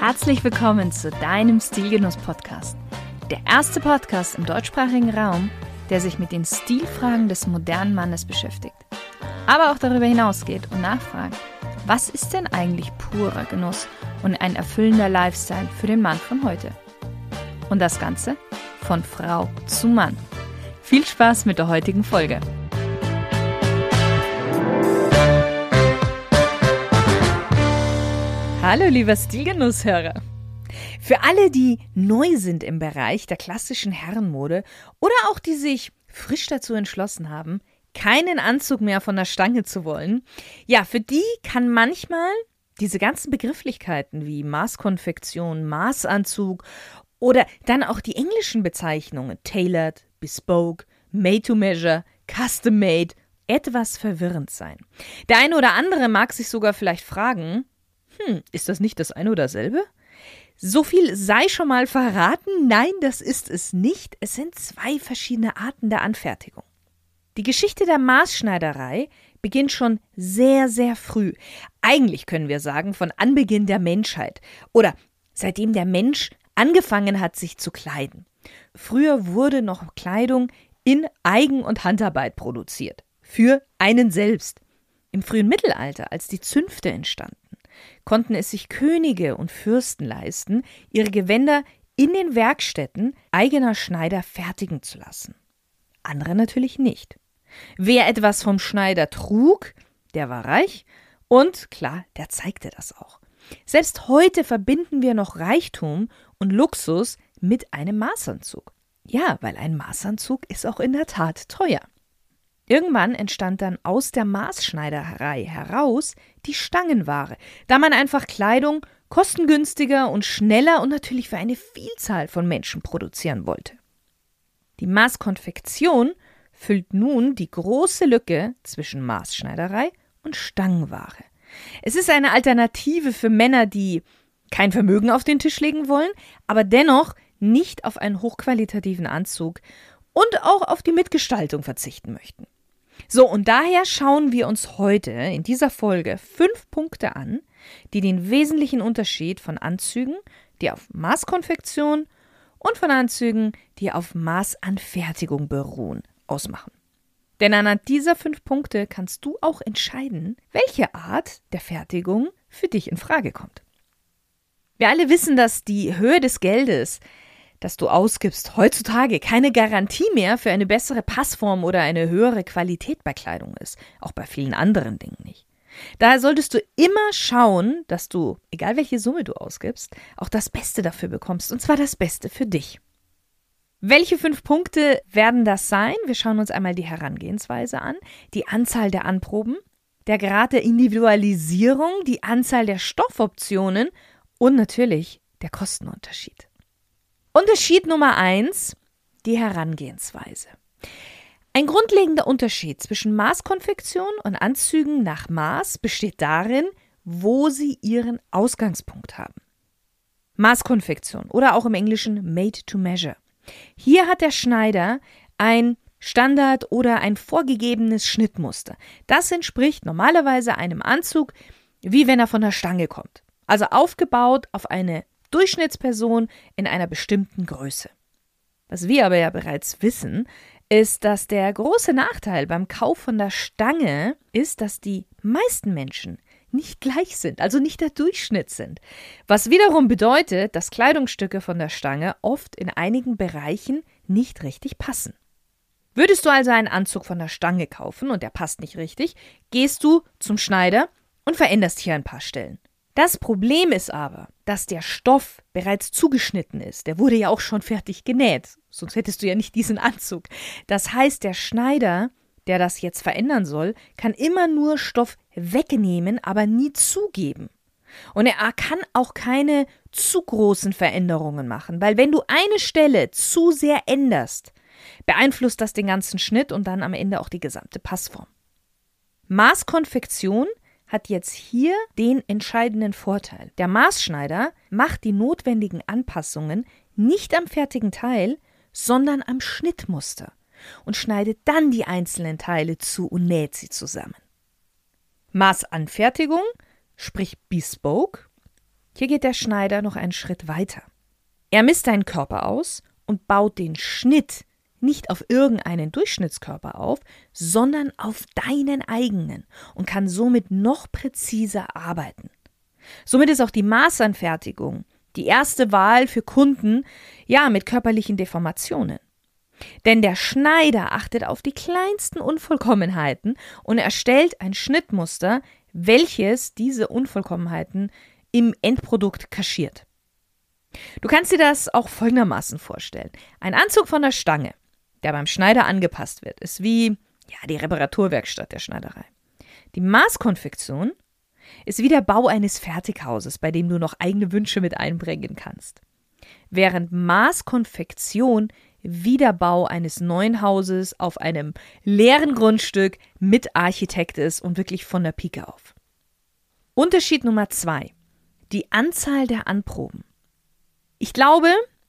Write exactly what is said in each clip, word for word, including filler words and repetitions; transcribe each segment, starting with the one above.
Herzlich willkommen zu deinem Stilgenuss-Podcast. Der erste Podcast im deutschsprachigen Raum, der sich mit den Stilfragen des modernen Mannes beschäftigt. Aber auch darüber hinausgeht und nachfragt, was ist denn eigentlich purer Genuss und ein erfüllender Lifestyle für den Mann von heute? Und das Ganze von Frau zu Mann. Viel Spaß mit der heutigen Folge. Hallo lieber Stilgenusshörer. Für alle, die neu sind im Bereich der klassischen Herrenmode oder auch die sich frisch dazu entschlossen haben, keinen Anzug mehr von der Stange zu wollen, ja, für die kann manchmal diese ganzen Begrifflichkeiten wie Maßkonfektion, Maßanzug oder dann auch die englischen Bezeichnungen tailored, bespoke, made to measure, custom made etwas verwirrend sein. Der eine oder andere mag sich sogar vielleicht fragen, Hm, ist das nicht das eine oder dasselbe? So viel sei schon mal verraten. Nein, das ist es nicht. Es sind zwei verschiedene Arten der Anfertigung. Die Geschichte der Maßschneiderei beginnt schon sehr, sehr früh. Eigentlich können wir sagen, von Anbeginn der Menschheit oder seitdem der Mensch angefangen hat, sich zu kleiden. Früher wurde noch Kleidung in Eigen- und Handarbeit produziert. Für einen selbst. Im frühen Mittelalter, als die Zünfte entstanden, konnten es sich Könige und Fürsten leisten, ihre Gewänder in den Werkstätten eigener Schneider fertigen zu lassen. Andere natürlich nicht. Wer etwas vom Schneider trug, der war reich und klar, der zeigte das auch. Selbst heute verbinden wir noch Reichtum und Luxus mit einem Maßanzug. Ja, weil ein Maßanzug ist auch in der Tat teuer. Irgendwann entstand dann aus der Maßschneiderei heraus die Stangenware, da man einfach Kleidung kostengünstiger und schneller und natürlich für eine Vielzahl von Menschen produzieren wollte. Die Maßkonfektion füllt nun die große Lücke zwischen Maßschneiderei und Stangenware. Es ist eine Alternative für Männer, die kein Vermögen auf den Tisch legen wollen, aber dennoch nicht auf einen hochqualitativen Anzug und auch auf die Mitgestaltung verzichten möchten. So, und daher schauen wir uns heute in dieser Folge fünf Punkte an, die den wesentlichen Unterschied von Anzügen, die auf Maßkonfektion und von Anzügen, die auf Maßanfertigung beruhen, ausmachen. Denn anhand dieser fünf Punkte kannst du auch entscheiden, welche Art der Fertigung für dich in Frage kommt. Wir alle wissen, dass die Höhe des Geldes, das du ausgibst, heutzutage keine Garantie mehr für eine bessere Passform oder eine höhere Qualität bei Kleidung ist. Auch bei vielen anderen Dingen nicht. Daher solltest du immer schauen, dass du, egal welche Summe du ausgibst, auch das Beste dafür bekommst, und zwar das Beste für dich. Welche fünf Punkte werden das sein? Wir schauen uns einmal die Herangehensweise an, die Anzahl der Anproben, der Grad der Individualisierung, die Anzahl der Stoffoptionen und natürlich der Kostenunterschied. Unterschied Nummer eins, die Herangehensweise. Ein grundlegender Unterschied zwischen Maßkonfektion und Anzügen nach Maß besteht darin, wo sie ihren Ausgangspunkt haben. Maßkonfektion oder auch im Englischen made to measure. Hier hat der Schneider ein Standard oder ein vorgegebenes Schnittmuster. Das entspricht normalerweise einem Anzug, wie wenn er von der Stange kommt. Also aufgebaut auf eine Durchschnittsperson in einer bestimmten Größe. Was wir aber ja bereits wissen, ist, dass der große Nachteil beim Kauf von der Stange ist, dass die meisten Menschen nicht gleich sind, also nicht der Durchschnitt sind. Was wiederum bedeutet, dass Kleidungsstücke von der Stange oft in einigen Bereichen nicht richtig passen. Würdest du also einen Anzug von der Stange kaufen und der passt nicht richtig, gehst du zum Schneider und veränderst hier ein paar Stellen. Das Problem ist aber, dass der Stoff bereits zugeschnitten ist. Der wurde ja auch schon fertig genäht, sonst hättest du ja nicht diesen Anzug. Das heißt, der Schneider, der das jetzt verändern soll, kann immer nur Stoff wegnehmen, aber nie zugeben. Und er kann auch keine zu großen Veränderungen machen, weil wenn du eine Stelle zu sehr änderst, beeinflusst das den ganzen Schnitt und dann am Ende auch die gesamte Passform. Maßkonfektion hat jetzt hier den entscheidenden Vorteil. Der Maßschneider macht die notwendigen Anpassungen nicht am fertigen Teil, sondern am Schnittmuster und schneidet dann die einzelnen Teile zu und näht sie zusammen. Maßanfertigung, sprich bespoke, Hier geht der Schneider noch einen Schritt weiter. Er misst deinen Körper aus und baut den Schnitt nicht auf irgendeinen Durchschnittskörper auf, sondern auf deinen eigenen und kann somit noch präziser arbeiten. Somit ist auch die Maßanfertigung die erste Wahl für Kunden, ja, mit körperlichen Deformationen. Denn der Schneider achtet auf die kleinsten Unvollkommenheiten und erstellt ein Schnittmuster, welches diese Unvollkommenheiten im Endprodukt kaschiert. Du kannst dir das auch folgendermaßen vorstellen. Ein Anzug von der Stange, der beim Schneider angepasst wird, ist wie ja, die Reparaturwerkstatt der Schneiderei. Die Maßkonfektion ist wie der Bau eines Fertighauses, bei dem du noch eigene Wünsche mit einbringen kannst. Während Maßkonfektion wie der Bau eines neuen Hauses auf einem leeren Grundstück mit Architekt ist und wirklich von der Pike auf. Unterschied Nummer zwei. Die Anzahl der Anproben. Ich glaube,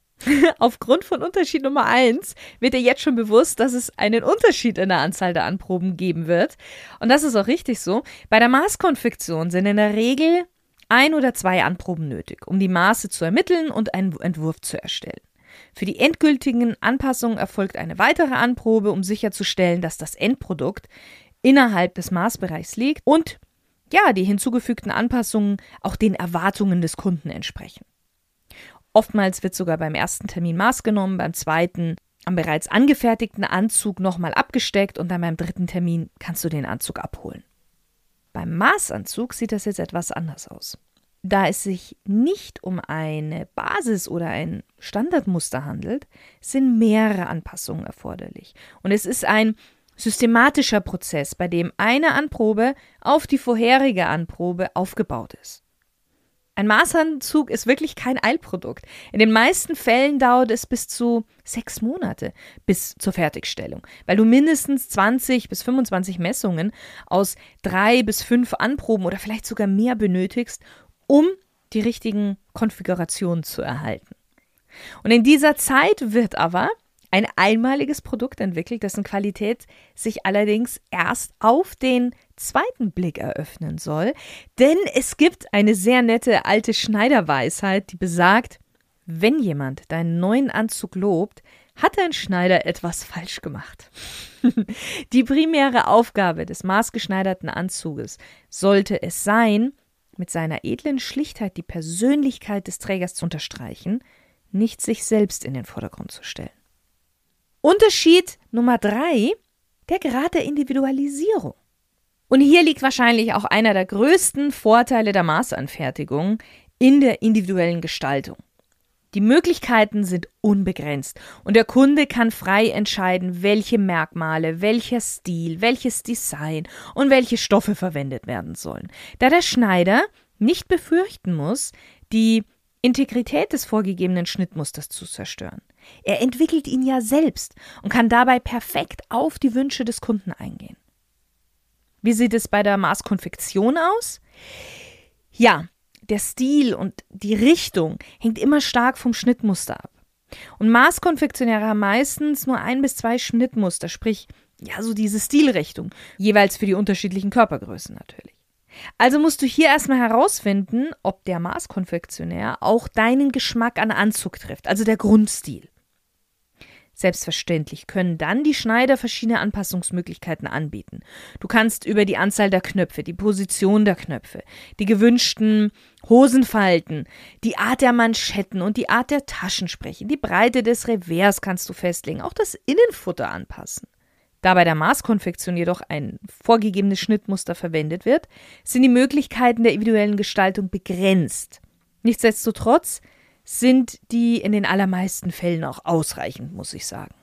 aufgrund von Unterschied Nummer eins wird dir jetzt schon bewusst, dass es einen Unterschied in der Anzahl der Anproben geben wird. Und das ist auch richtig so. Bei der Maßkonfektion sind in der Regel ein oder zwei Anproben nötig, um die Maße zu ermitteln und einen Entwurf zu erstellen. Für die endgültigen Anpassungen erfolgt eine weitere Anprobe, um sicherzustellen, dass das Endprodukt innerhalb des Maßbereichs liegt und ja, die hinzugefügten Anpassungen auch den Erwartungen des Kunden entsprechen. Oftmals wird sogar beim ersten Termin Maß genommen, beim zweiten am bereits angefertigten Anzug nochmal abgesteckt und dann beim dritten Termin kannst du den Anzug abholen. Beim Maßanzug sieht das jetzt etwas anders aus. Da es sich nicht um eine Basis oder ein Standardmuster handelt, sind mehrere Anpassungen erforderlich. Und es ist ein systematischer Prozess, bei dem eine Anprobe auf die vorherige Anprobe aufgebaut ist. Ein Maßanzug ist wirklich kein Eilprodukt. In den meisten Fällen dauert es bis zu sechs Monate bis zur Fertigstellung, weil du mindestens zwanzig bis fünfundzwanzig Messungen aus drei bis fünf Anproben oder vielleicht sogar mehr benötigst, um die richtigen Konfigurationen zu erhalten. Und in dieser Zeit wird aber ein einmaliges Produkt entwickelt, dessen Qualität sich allerdings erst auf den zweiten Blick eröffnen soll, denn es gibt eine sehr nette alte Schneiderweisheit, die besagt, wenn jemand deinen neuen Anzug lobt, hat dein Schneider etwas falsch gemacht. Die primäre Aufgabe des maßgeschneiderten Anzuges sollte es sein, mit seiner edlen Schlichtheit die Persönlichkeit des Trägers zu unterstreichen, nicht sich selbst in den Vordergrund zu stellen. Unterschied Nummer drei, der Grad der Individualisierung. Und hier liegt wahrscheinlich auch einer der größten Vorteile der Maßanfertigung in der individuellen Gestaltung. Die Möglichkeiten sind unbegrenzt und der Kunde kann frei entscheiden, welche Merkmale, welcher Stil, welches Design und welche Stoffe verwendet werden sollen, da der Schneider nicht befürchten muss, die Integrität des vorgegebenen Schnittmusters zu zerstören. Er entwickelt ihn ja selbst und kann dabei perfekt auf die Wünsche des Kunden eingehen. Wie sieht es bei der Maßkonfektion aus? Ja, der Stil und die Richtung hängt immer stark vom Schnittmuster ab. Und Maßkonfektionäre haben meistens nur ein bis zwei Schnittmuster, sprich, ja, so diese Stilrichtung, jeweils für die unterschiedlichen Körpergrößen natürlich. Also musst du hier erstmal herausfinden, ob der Maßkonfektionär auch deinen Geschmack an Anzug trifft, also der Grundstil. Selbstverständlich können dann die Schneider verschiedene Anpassungsmöglichkeiten anbieten. Du kannst über die Anzahl der Knöpfe, die Position der Knöpfe, die gewünschten Hosenfalten, die Art der Manschetten und die Art der Taschen sprechen. Die Breite des Revers kannst du festlegen, auch das Innenfutter anpassen. Da bei der Maßkonfektion jedoch ein vorgegebenes Schnittmuster verwendet wird, sind die Möglichkeiten der individuellen Gestaltung begrenzt. Nichtsdestotrotz sind die in den allermeisten Fällen auch ausreichend, muss ich sagen.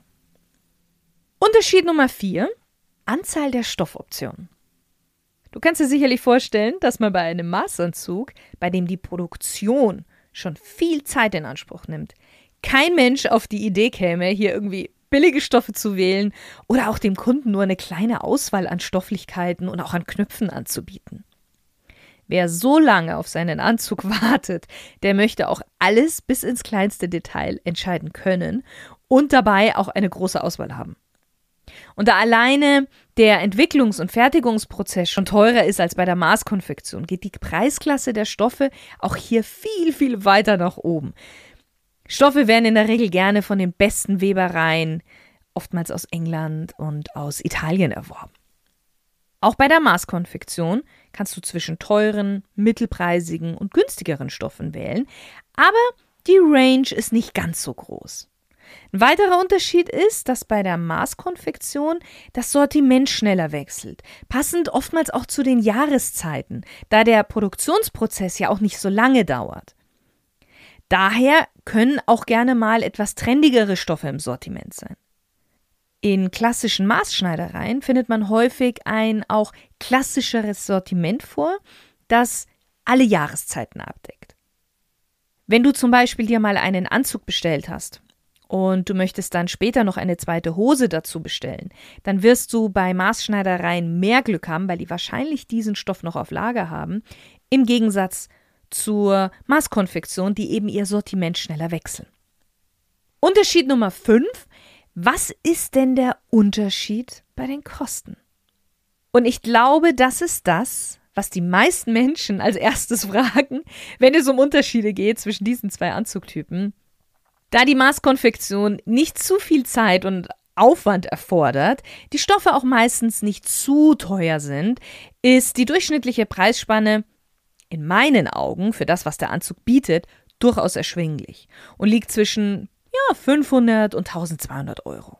Unterschied Nummer vier, Anzahl der Stoffoptionen. Du kannst dir sicherlich vorstellen, dass man bei einem Maßanzug, bei dem die Produktion schon viel Zeit in Anspruch nimmt, kein Mensch auf die Idee käme, hier irgendwie billige Stoffe zu wählen oder auch dem Kunden nur eine kleine Auswahl an Stofflichkeiten und auch an Knöpfen anzubieten. Wer so lange auf seinen Anzug wartet, der möchte auch alles bis ins kleinste Detail entscheiden können und dabei auch eine große Auswahl haben. Und da alleine der Entwicklungs- und Fertigungsprozess schon teurer ist als bei der Maßkonfektion, geht die Preisklasse der Stoffe auch hier viel, viel weiter nach oben. Stoffe werden in der Regel gerne von den besten Webereien, oftmals aus England und aus Italien erworben. Auch bei der Maßkonfektion kannst du zwischen teuren, mittelpreisigen und günstigeren Stoffen wählen, aber die Range ist nicht ganz so groß. Ein weiterer Unterschied ist, dass bei der Maßkonfektion das Sortiment schneller wechselt, passend oftmals auch zu den Jahreszeiten, da der Produktionsprozess ja auch nicht so lange dauert. Daher können auch gerne mal etwas trendigere Stoffe im Sortiment sein. In klassischen Maßschneidereien findet man häufig ein auch klassischeres Sortiment vor, das alle Jahreszeiten abdeckt. Wenn du zum Beispiel dir mal einen Anzug bestellt hast und du möchtest dann später noch eine zweite Hose dazu bestellen, dann wirst du bei Maßschneidereien mehr Glück haben, weil die wahrscheinlich diesen Stoff noch auf Lager haben, im Gegensatz zur Maßkonfektion, die eben ihr Sortiment schneller wechseln. Unterschied Nummer fünf. Was ist denn der Unterschied bei den Kosten? Und ich glaube, das ist das, was die meisten Menschen als erstes fragen, wenn es um Unterschiede geht zwischen diesen zwei Anzugtypen. Da die Maßkonfektion nicht zu viel Zeit und Aufwand erfordert, die Stoffe auch meistens nicht zu teuer sind, ist die durchschnittliche Preisspanne in meinen Augen für das, was der Anzug bietet, durchaus erschwinglich und liegt zwischen ja, fünfhundert und eintausendzweihundert Euro.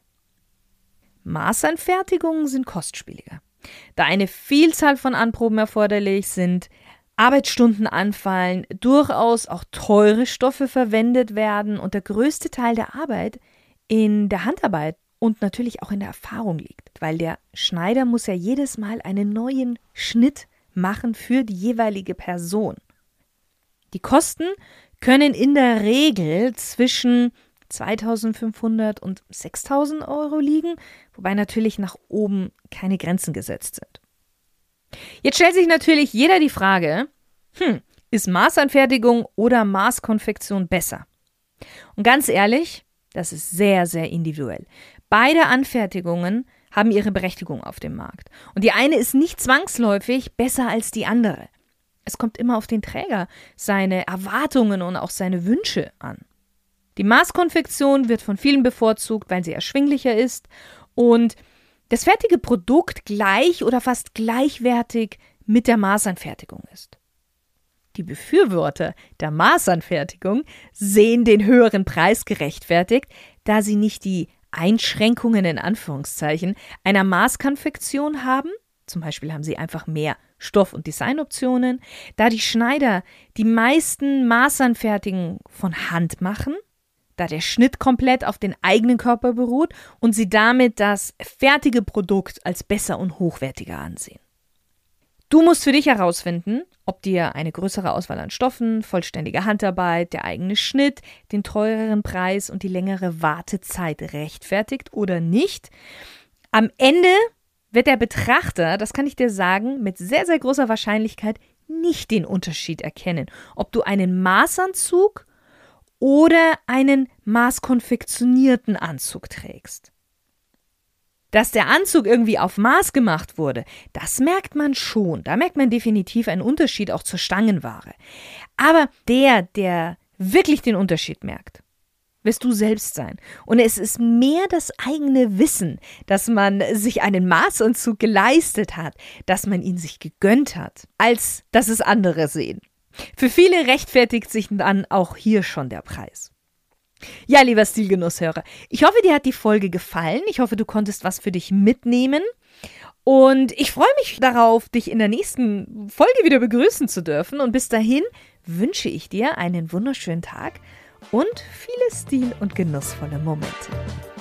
Maßanfertigungen sind kostspieliger. Da eine Vielzahl von Anproben erforderlich sind, Arbeitsstunden anfallen, durchaus auch teure Stoffe verwendet werden und der größte Teil der Arbeit in der Handarbeit und natürlich auch in der Erfahrung liegt, weil der Schneider muss ja jedes Mal einen neuen Schnitt machen für die jeweilige Person. Die Kosten können in der Regel zwischen zweitausendfünfhundert und sechstausend Euro liegen, wobei natürlich nach oben keine Grenzen gesetzt sind. Jetzt stellt sich natürlich jeder die Frage, hm, ist Maßanfertigung oder Maßkonfektion besser? Und ganz ehrlich, das ist sehr, sehr individuell. Beide Anfertigungen haben ihre Berechtigung auf dem Markt. Und die eine ist nicht zwangsläufig besser als die andere. Es kommt immer auf den Träger, seine Erwartungen und auch seine Wünsche an. Die Maßkonfektion wird von vielen bevorzugt, weil sie erschwinglicher ist und das fertige Produkt gleich oder fast gleichwertig mit der Maßanfertigung ist. Die Befürworter der Maßanfertigung sehen den höheren Preis gerechtfertigt, da sie nicht die Einschränkungen in Anführungszeichen einer Maßkonfektion haben. Zum Beispiel haben sie einfach mehr Stoff- und Designoptionen, da die Schneider die meisten Maßanfertigungen von Hand machen, da der Schnitt komplett auf den eigenen Körper beruht und sie damit das fertige Produkt als besser und hochwertiger ansehen. Du musst für dich herausfinden, ob dir eine größere Auswahl an Stoffen, vollständige Handarbeit, der eigene Schnitt, den teureren Preis und die längere Wartezeit rechtfertigt oder nicht. Am Ende wird der Betrachter, das kann ich dir sagen, mit sehr, sehr großer Wahrscheinlichkeit nicht den Unterschied erkennen, ob du einen Maßanzug oder einen maßkonfektionierten Anzug trägst. Dass der Anzug irgendwie auf Maß gemacht wurde, das merkt man schon. Da merkt man definitiv einen Unterschied auch zur Stangenware. Aber der, der wirklich den Unterschied merkt, wirst du selbst sein. Und es ist mehr das eigene Wissen, dass man sich einen Maßanzug geleistet hat, dass man ihn sich gegönnt hat, als dass es andere sehen. Für viele rechtfertigt sich dann auch hier schon der Preis. Ja, lieber Stilgenusshörer, ich hoffe, dir hat die Folge gefallen. Ich hoffe, du konntest was für dich mitnehmen. Und ich freue mich darauf, dich in der nächsten Folge wieder begrüßen zu dürfen. Und bis dahin wünsche ich dir einen wunderschönen Tag und viele stil- und genussvolle Momente.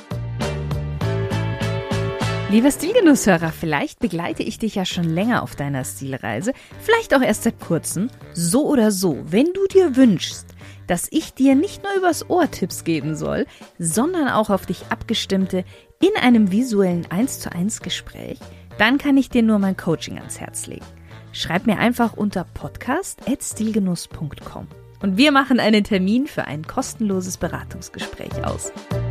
Lieber Stilgenusshörer, vielleicht begleite ich dich ja schon länger auf deiner Stilreise, vielleicht auch erst seit kurzem. So oder so, wenn du dir wünschst, dass ich dir nicht nur übers Ohr Tipps geben soll, sondern auch auf dich abgestimmte in einem visuellen eins zu eins Gespräch, dann kann ich dir nur mein Coaching ans Herz legen. Schreib mir einfach unter podcast at stilgenuss punkt com und wir machen einen Termin für ein kostenloses Beratungsgespräch aus.